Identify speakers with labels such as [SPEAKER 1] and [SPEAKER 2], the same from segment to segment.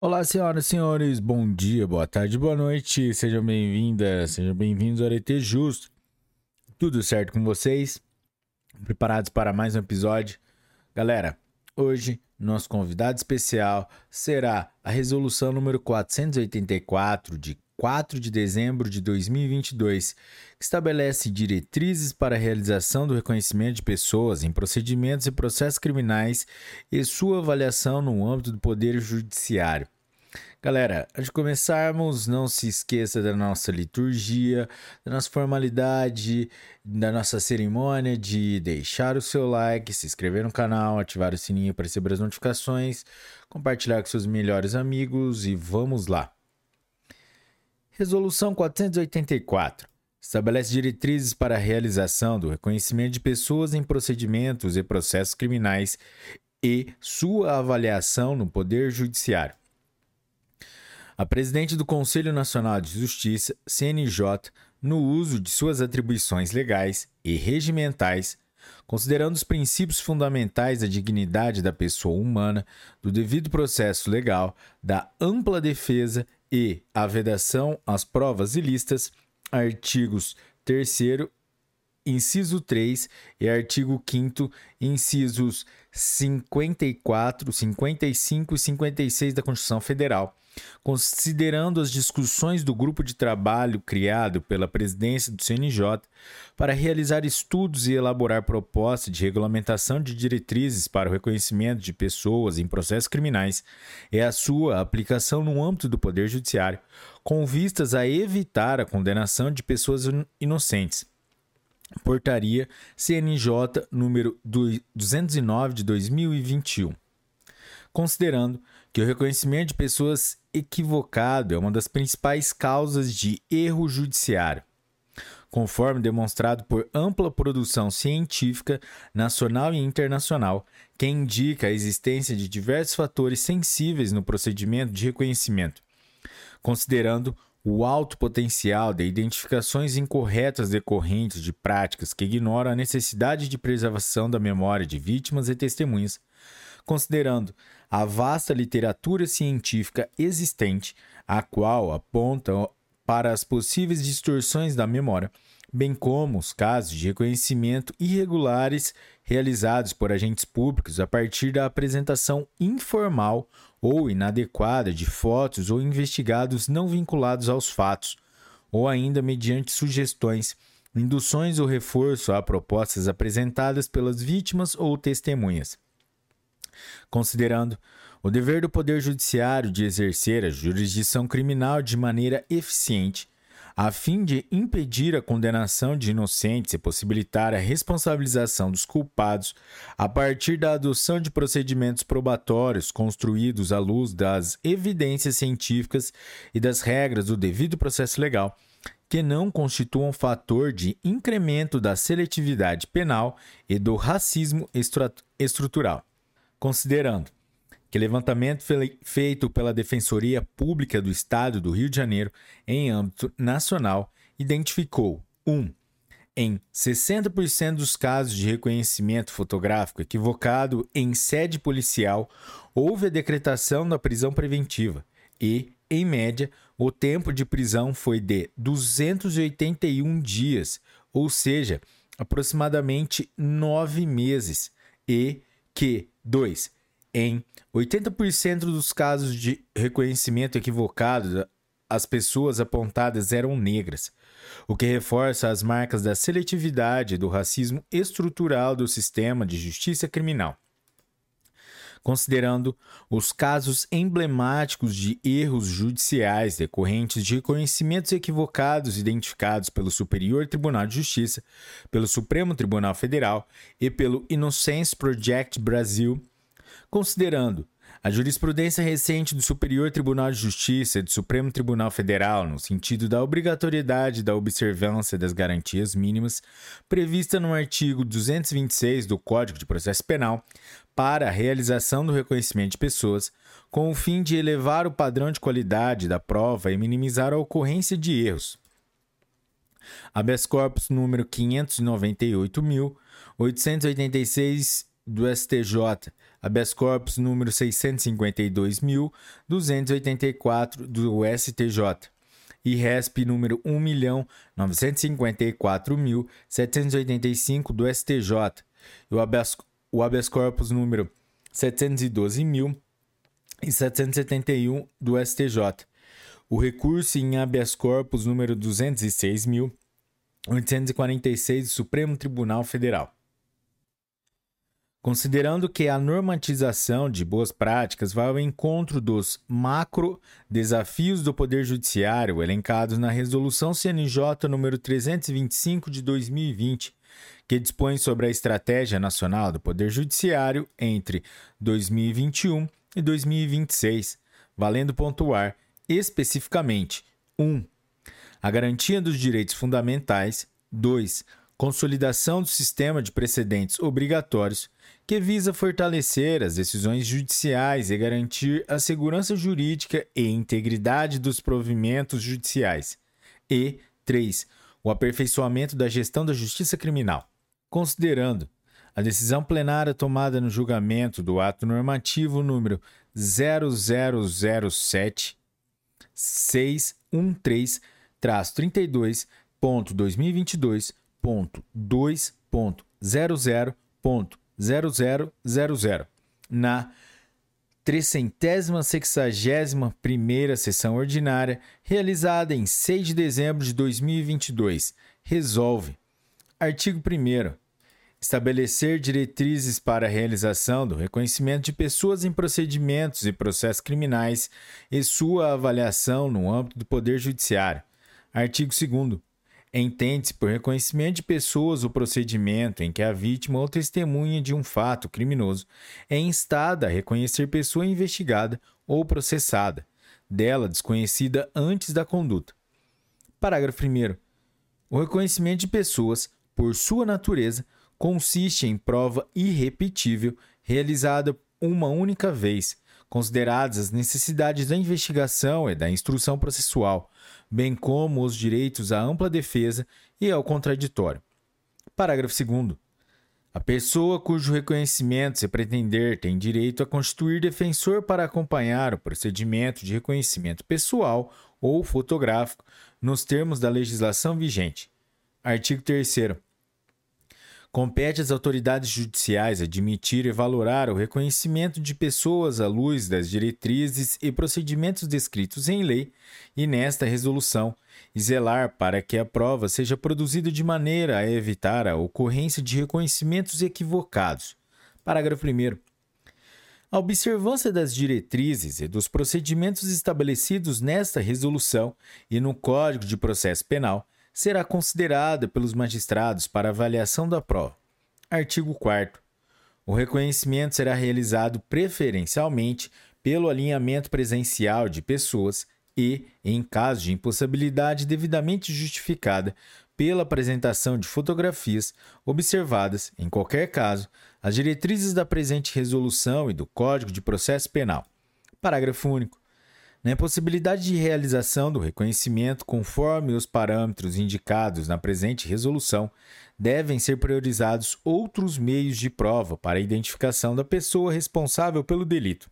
[SPEAKER 1] Olá, senhoras e senhores, bom dia, boa tarde, boa noite, sejam bem-vindas, sejam bem-vindos ao Arete Justo. Tudo certo com vocês? Preparados para mais um episódio? Galera, hoje nosso convidado especial será a resolução número 484 de 4 de dezembro de 2022, que estabelece diretrizes para a realização do reconhecimento de pessoas em procedimentos e processos criminais e sua avaliação no âmbito do Poder Judiciário. Galera, antes de começarmos, não se esqueça da nossa liturgia, da nossa formalidade, da nossa cerimônia de deixar o seu like, se inscrever no canal, ativar o sininho para receber as notificações, compartilhar com seus melhores amigos e vamos lá. Resolução 484 estabelece diretrizes para a realização do reconhecimento de pessoas em procedimentos e processos criminais e sua avaliação no Poder Judiciário. A presidente do Conselho Nacional de Justiça, CNJ, no uso de suas atribuições legais e regimentais, considerando os princípios fundamentais da dignidade da pessoa humana, do devido processo legal, da ampla defesa e a vedação às provas ilícitas, artigos 3º, inciso 3 e artigo 5º, incisos 54, 55 e 56 da Constituição Federal, considerando as discussões do grupo de trabalho criado pela presidência do CNJ para realizar estudos e elaborar propostas de regulamentação de diretrizes para o reconhecimento de pessoas em processos criminais e a sua aplicação no âmbito do Poder Judiciário, com vistas a evitar a condenação de pessoas inocentes. Portaria CNJ número 209 de 2021. Considerando que o reconhecimento de pessoas equivocado é uma das principais causas de erro judiciário, conforme demonstrado por ampla produção científica nacional e internacional, que indica a existência de diversos fatores sensíveis no procedimento de reconhecimento, considerando o alto potencial de identificações incorretas decorrentes de práticas que ignoram a necessidade de preservação da memória de vítimas e testemunhas, considerando a vasta literatura científica existente, a qual aponta para as possíveis distorções da memória, bem como os casos de reconhecimento irregulares realizados por agentes públicos a partir da apresentação informal ou inadequada de fotos ou investigados não vinculados aos fatos, ou ainda mediante sugestões, induções ou reforço a propostas apresentadas pelas vítimas ou testemunhas. Considerando o dever do Poder Judiciário de exercer a jurisdição criminal de maneira eficiente, a fim de impedir a condenação de inocentes e possibilitar a responsabilização dos culpados a partir da adoção de procedimentos probatórios construídos à luz das evidências científicas e das regras do devido processo legal, que não constituam fator de incremento da seletividade penal e do racismo estrutural. Considerando que levantamento feito pela Defensoria Pública do Estado do Rio de Janeiro em âmbito nacional identificou 1. Em 60% dos casos de reconhecimento fotográfico equivocado em sede policial, houve a decretação da prisão preventiva e, em média, o tempo de prisão foi de 281 dias, ou seja, aproximadamente 9 meses, e que 2. Em 80% dos casos de reconhecimento equivocado, as pessoas apontadas eram negras, o que reforça as marcas da seletividade e do racismo estrutural do sistema de justiça criminal. Considerando os casos emblemáticos de erros judiciais decorrentes de reconhecimentos equivocados identificados pelo Superior Tribunal de Justiça, pelo Supremo Tribunal Federal e pelo Innocence Project Brasil, considerando a jurisprudência recente do Superior Tribunal de Justiça e do Supremo Tribunal Federal no sentido da obrigatoriedade da observância das garantias mínimas prevista no artigo 226 do Código de Processo Penal para a realização do reconhecimento de pessoas, com o fim de elevar o padrão de qualidade da prova e minimizar a ocorrência de erros. Habeas corpus número 598.886 do STJ, habeas corpus número 652.284 do STJ e RESP número 1.954.785 do STJ e o habeas corpus número 712.771 do STJ. O recurso em habeas corpus número 206.846 do Supremo Tribunal Federal. Considerando que a normatização de boas práticas vai ao encontro dos macro desafios do Poder Judiciário elencados na Resolução CNJ número 325 de 2020, que dispõe sobre a Estratégia Nacional do Poder Judiciário entre 2021 e 2026, valendo pontuar especificamente 1. A garantia dos direitos fundamentais. 2. Consolidação do sistema de precedentes obrigatórios, que visa fortalecer as decisões judiciais e garantir a segurança jurídica e integridade dos provimentos judiciais. E 3. O aperfeiçoamento da gestão da justiça criminal. Considerando a decisão plenária tomada no julgamento do ato normativo número 0007613-32.2022.2.00.0000 na 361ª sessão ordinária, realizada em 6 de dezembro de 2022, resolve. Artigo 1º. Estabelecer diretrizes para a realização do reconhecimento de pessoas em procedimentos e processos criminais e sua avaliação no âmbito do Poder Judiciário. Artigo 2º. Entende-se por reconhecimento de pessoas o procedimento em que a vítima ou testemunha de um fato criminoso é instada a reconhecer pessoa investigada ou processada, dela desconhecida antes da conduta. Parágrafo 1º. O reconhecimento de pessoas, por sua natureza, consiste em prova irrepetível, realizada uma única vez, consideradas as necessidades da investigação e da instrução processual, bem como os direitos à ampla defesa e ao contraditório. Parágrafo 2º. A pessoa cujo reconhecimento se pretender tem direito a constituir defensor para acompanhar o procedimento de reconhecimento pessoal ou fotográfico nos termos da legislação vigente. Artigo 3º. Compete às autoridades judiciais admitir e valorar o reconhecimento de pessoas à luz das diretrizes e procedimentos descritos em lei e nesta resolução, e zelar para que a prova seja produzida de maneira a evitar a ocorrência de reconhecimentos equivocados. Parágrafo 1º. A observância das diretrizes e dos procedimentos estabelecidos nesta resolução e no Código de Processo Penal será considerada pelos magistrados para avaliação da prova. Artigo 4º. O reconhecimento será realizado preferencialmente pelo alinhamento presencial de pessoas e, em caso de impossibilidade devidamente justificada, pela apresentação de fotografias, observadas, em qualquer caso, as diretrizes da presente resolução e do Código de Processo Penal. Parágrafo único. Na impossibilidade de realização do reconhecimento conforme os parâmetros indicados na presente resolução, devem ser priorizados outros meios de prova para a identificação da pessoa responsável pelo delito.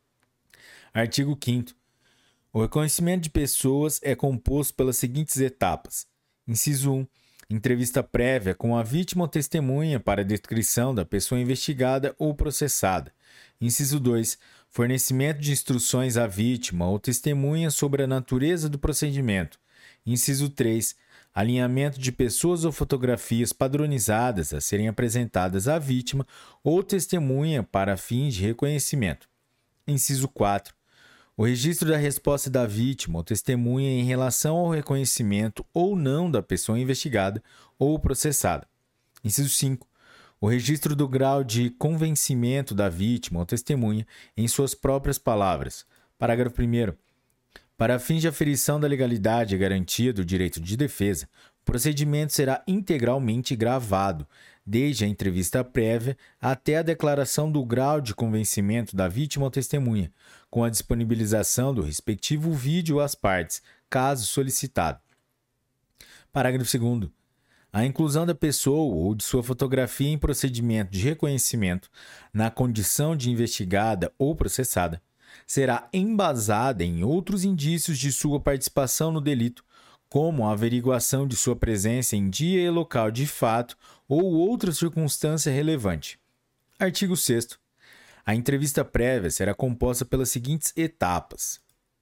[SPEAKER 1] Artigo 5º. O reconhecimento de pessoas é composto pelas seguintes etapas. Inciso 1. Entrevista prévia com a vítima ou testemunha para a descrição da pessoa investigada ou processada. Inciso 2. Fornecimento de instruções à vítima ou testemunha sobre a natureza do procedimento. Inciso 3. Alinhamento de pessoas ou fotografias padronizadas a serem apresentadas à vítima ou testemunha para fins de reconhecimento. Inciso 4. O registro da resposta da vítima ou testemunha em relação ao reconhecimento ou não da pessoa investigada ou processada. Inciso 5. O registro do grau de convencimento da vítima ou testemunha em suas próprias palavras. Parágrafo 1º. Para fins de aferição da legalidade e garantia do direito de defesa, o procedimento será integralmente gravado, desde a entrevista prévia até a declaração do grau de convencimento da vítima ou testemunha, com a disponibilização do respectivo vídeo às partes, caso solicitado. Parágrafo 2º. A inclusão da pessoa ou de sua fotografia em procedimento de reconhecimento na condição de investigada ou processada será embasada em outros indícios de sua participação no delito, como a averiguação de sua presença em dia e local de fato ou outra circunstância relevante. Artigo 6º. A entrevista prévia será composta pelas seguintes etapas.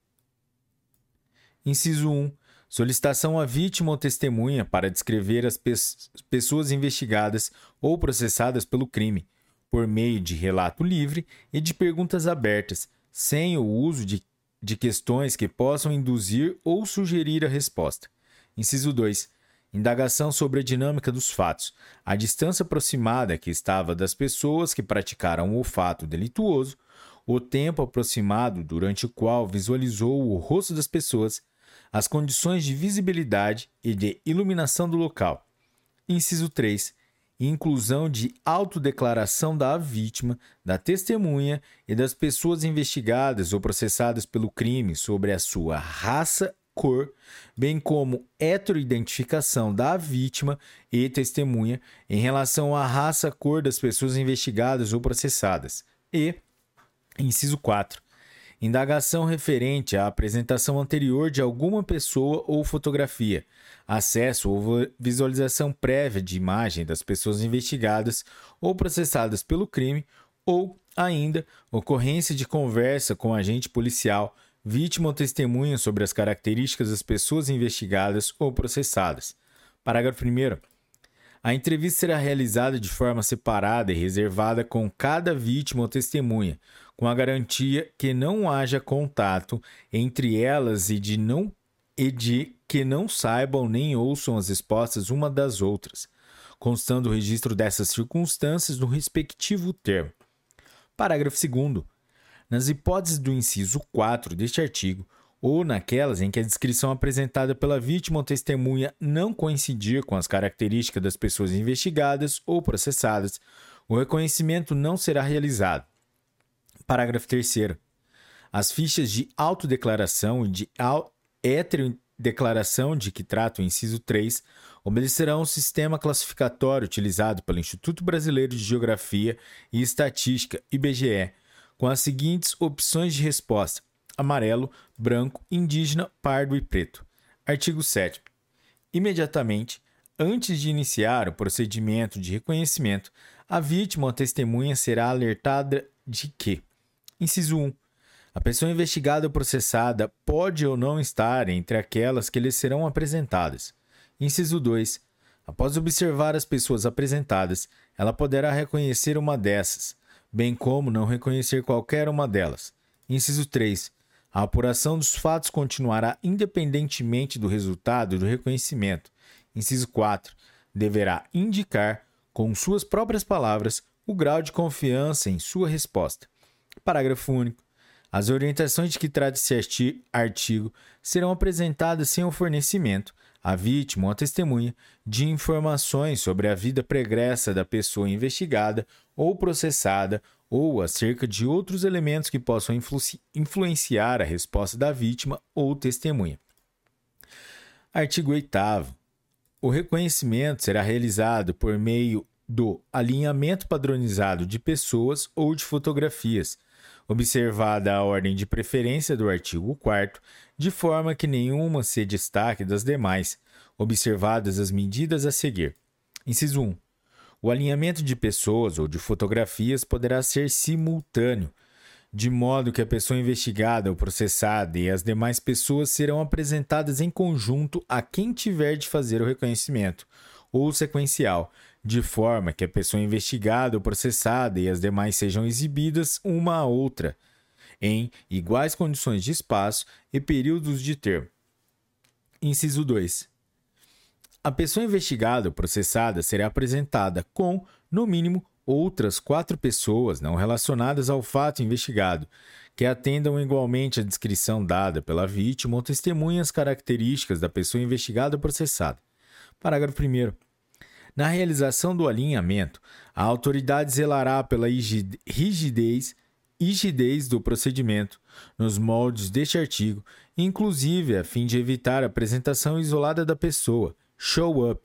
[SPEAKER 1] Inciso 1. Solicitação à vítima ou testemunha para descrever as pessoas investigadas ou processadas pelo crime, por meio de relato livre e de perguntas abertas, sem o uso de questões que possam induzir ou sugerir a resposta. Inciso 2. Indagação sobre a dinâmica dos fatos, a distância aproximada que estava das pessoas que praticaram o fato delituoso, o tempo aproximado durante o qual visualizou o rosto das pessoas, as condições de visibilidade e de iluminação do local. Inciso 3. Inclusão de autodeclaração da vítima, da testemunha e das pessoas investigadas ou processadas pelo crime sobre a sua raça, cor, bem como heteroidentificação da vítima e testemunha em relação à raça, cor das pessoas investigadas ou processadas. E, inciso 4. Indagação referente à apresentação anterior de alguma pessoa ou fotografia, acesso ou visualização prévia de imagem das pessoas investigadas ou processadas pelo crime, ou, ainda, ocorrência de conversa com agente policial, vítima ou testemunha sobre as características das pessoas investigadas ou processadas. Parágrafo 1º. A entrevista será realizada de forma separada e reservada com cada vítima ou testemunha, com a garantia que não haja contato entre elas e de que não saibam nem ouçam as respostas uma das outras, constando o registro dessas circunstâncias no respectivo termo. Parágrafo 2º. Nas hipóteses do inciso 4 deste artigo, ou naquelas em que a descrição apresentada pela vítima ou testemunha não coincidir com as características das pessoas investigadas ou processadas, o reconhecimento não será realizado. Parágrafo 3º. As fichas de autodeclaração e de heterodeclaração de que trata o inciso 3 obedecerão ao sistema classificatório utilizado pelo Instituto Brasileiro de Geografia e Estatística, IBGE, com as seguintes opções de resposta: amarelo, branco, indígena, pardo e preto. Artigo 7º. Imediatamente, antes de iniciar o procedimento de reconhecimento, a vítima ou a testemunha será alertada de que: inciso 1. A pessoa investigada ou processada pode ou não estar entre aquelas que lhe serão apresentadas. Inciso 2. Após observar as pessoas apresentadas, ela poderá reconhecer uma dessas, bem como não reconhecer qualquer uma delas. Inciso 3. A apuração dos fatos continuará independentemente do resultado do reconhecimento. Inciso 4. Deverá indicar, com suas próprias palavras, o grau de confiança em sua resposta. Parágrafo único. As orientações de que trata esse artigo serão apresentadas sem o fornecimento, à vítima ou à testemunha, de informações sobre a vida pregressa da pessoa investigada ou processada ou acerca de outros elementos que possam influenciar a resposta da vítima ou testemunha. Artigo 8º. O reconhecimento será realizado por meio do alinhamento padronizado de pessoas ou de fotografias, observada a ordem de preferência do artigo 4º, de forma que nenhuma se destaque das demais, observadas as medidas a seguir. Inciso 1. O alinhamento de pessoas ou de fotografias poderá ser simultâneo, de modo que a pessoa investigada ou processada e as demais pessoas serão apresentadas em conjunto a quem tiver de fazer o reconhecimento, ou sequencial, de forma que a pessoa investigada ou processada e as demais sejam exibidas uma à outra, em iguais condições de espaço e períodos de termo. Inciso 2. A pessoa investigada ou processada será apresentada com, no mínimo, outras 4 pessoas não relacionadas ao fato investigado, que atendam igualmente à descrição dada pela vítima ou testemunhem as características da pessoa investigada ou processada. Parágrafo 1º. Na realização do alinhamento, a autoridade zelará pela rigidez do procedimento, nos moldes deste artigo, inclusive a fim de evitar a apresentação isolada da pessoa, show-up,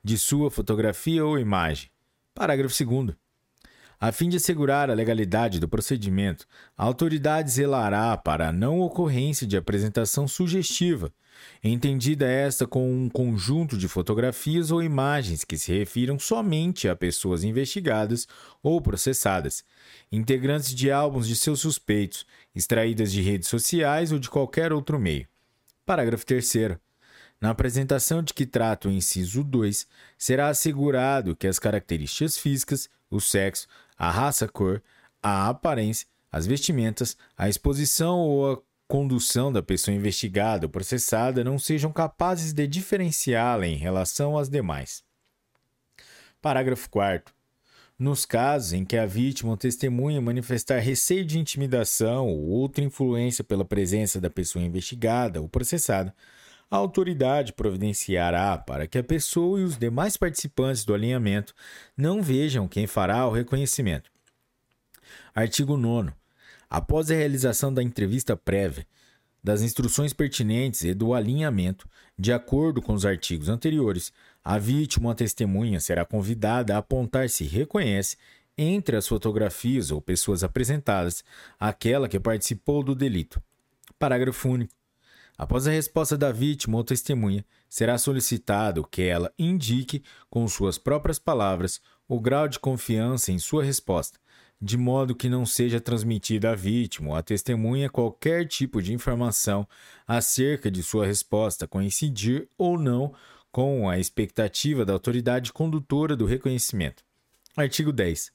[SPEAKER 1] de sua fotografia ou imagem. Parágrafo 2º. A fim de assegurar a legalidade do procedimento, a autoridade zelará para a não ocorrência de apresentação sugestiva, entendida esta como um conjunto de fotografias ou imagens que se refiram somente a pessoas investigadas ou processadas, integrantes de álbuns de seus suspeitos, extraídas de redes sociais ou de qualquer outro meio. Parágrafo 3º. Na apresentação de que trata o inciso 2, será assegurado que as características físicas, o sexo, a raça, a cor, a aparência, as vestimentas, a exposição ou a condução da pessoa investigada ou processada não sejam capazes de diferenciá-la em relação às demais. Parágrafo 4º. Nos casos em que a vítima ou testemunha manifestar receio de intimidação ou outra influência pela presença da pessoa investigada ou processada, a autoridade providenciará para que a pessoa e os demais participantes do alinhamento não vejam quem fará o reconhecimento. Artigo 9º. Após a realização da entrevista prévia, das instruções pertinentes e do alinhamento, de acordo com os artigos anteriores, a vítima ou a testemunha será convidada a apontar se reconhece, entre as fotografias ou pessoas apresentadas, aquela que participou do delito. Parágrafo único. Após a resposta da vítima ou testemunha, será solicitado que ela indique, com suas próprias palavras, o grau de confiança em sua resposta, de modo que não seja transmitida à vítima ou à testemunha qualquer tipo de informação acerca de sua resposta coincidir ou não com a expectativa da autoridade condutora do reconhecimento. Artigo 10.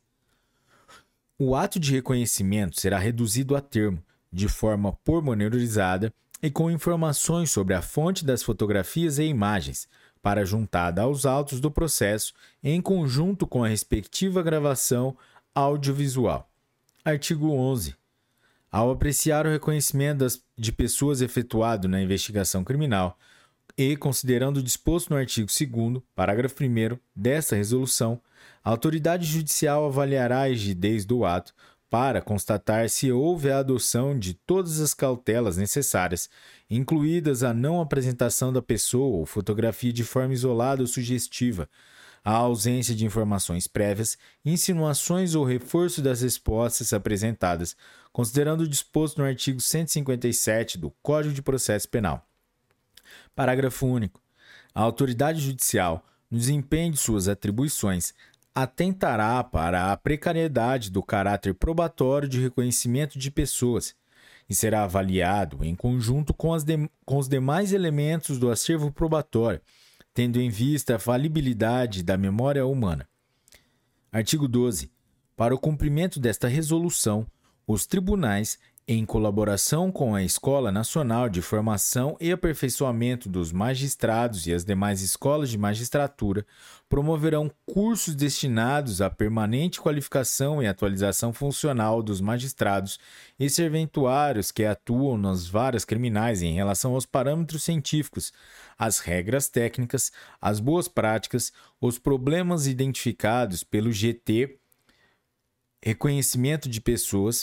[SPEAKER 1] O ato de reconhecimento será reduzido a termo, de forma pormenorizada, e com informações sobre a fonte das fotografias e imagens, para juntada aos autos do processo, em conjunto com a respectiva gravação audiovisual. Artigo 11. Ao apreciar o reconhecimento de pessoas efetuado na investigação criminal e considerando o disposto no artigo 2º, parágrafo 1º desta resolução, a autoridade judicial avaliará a rigidez do ato para constatar se houve a adoção de todas as cautelas necessárias, incluídas a não apresentação da pessoa ou fotografia de forma isolada ou sugestiva, a ausência de informações prévias, insinuações ou reforço das respostas apresentadas, considerando o disposto no artigo 157 do Código de Processo Penal. Parágrafo único. A autoridade judicial, no desempenho de suas atribuições, atentará para a precariedade do caráter probatório de reconhecimento de pessoas e será avaliado em conjunto com os demais elementos do acervo probatório, tendo em vista a falibilidade da memória humana. Artigo 12. Para o cumprimento desta resolução, os tribunais, em colaboração com a Escola Nacional de Formação e Aperfeiçoamento dos Magistrados e as demais escolas de magistratura, promoverão cursos destinados à permanente qualificação e atualização funcional dos magistrados e serventuários que atuam nas varas criminais em relação aos parâmetros científicos, as regras técnicas, as boas práticas, os problemas identificados pelo GT, reconhecimento de pessoas,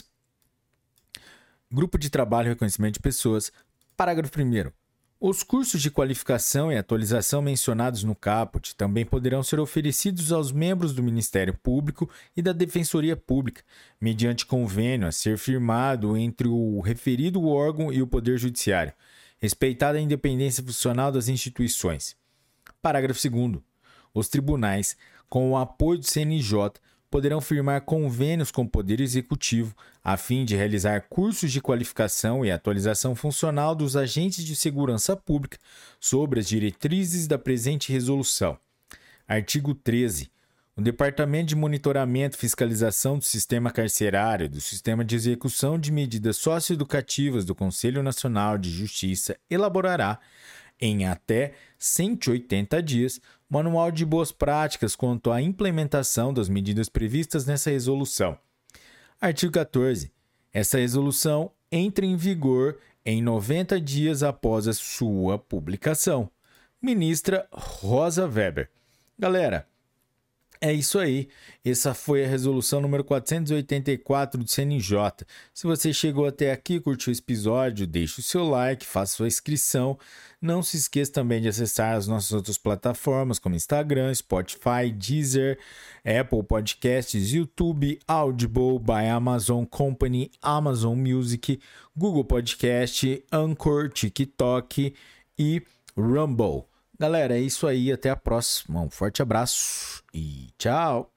[SPEAKER 1] Grupo de Trabalho e Reconhecimento de Pessoas. Parágrafo 1º. Os cursos de qualificação e atualização mencionados no caput também poderão ser oferecidos aos membros do Ministério Público e da Defensoria Pública, mediante convênio a ser firmado entre o referido órgão e o Poder Judiciário, respeitada a independência funcional das instituições. Parágrafo 2º. Os tribunais, com o apoio do CNJ, poderão firmar convênios com o Poder Executivo a fim de realizar cursos de qualificação e atualização funcional dos agentes de segurança pública sobre as diretrizes da presente resolução. Artigo 13. O Departamento de Monitoramento e Fiscalização do Sistema Carcerário, do Sistema de Execução de Medidas Socioeducativas do Conselho Nacional de Justiça elaborará, em até 180 dias, manual de boas práticas quanto à implementação das medidas previstas nessa resolução. Artigo 14. Essa resolução entra em vigor em 90 dias após a sua publicação. Ministra Rosa Weber. Galera, É isso aí. Essa foi a resolução número 484 do CNJ. Se você chegou até aqui, curtiu esse episódio, deixe o seu like, faça sua inscrição. Não se esqueça também de acessar as nossas outras plataformas, como Instagram, Spotify, Deezer, Apple Podcasts, YouTube, Audible, by Amazon Company, Amazon Music, Google Podcast, Anchor, TikTok e Rumble. Galera, é isso aí. Até a próxima. Um forte abraço e tchau!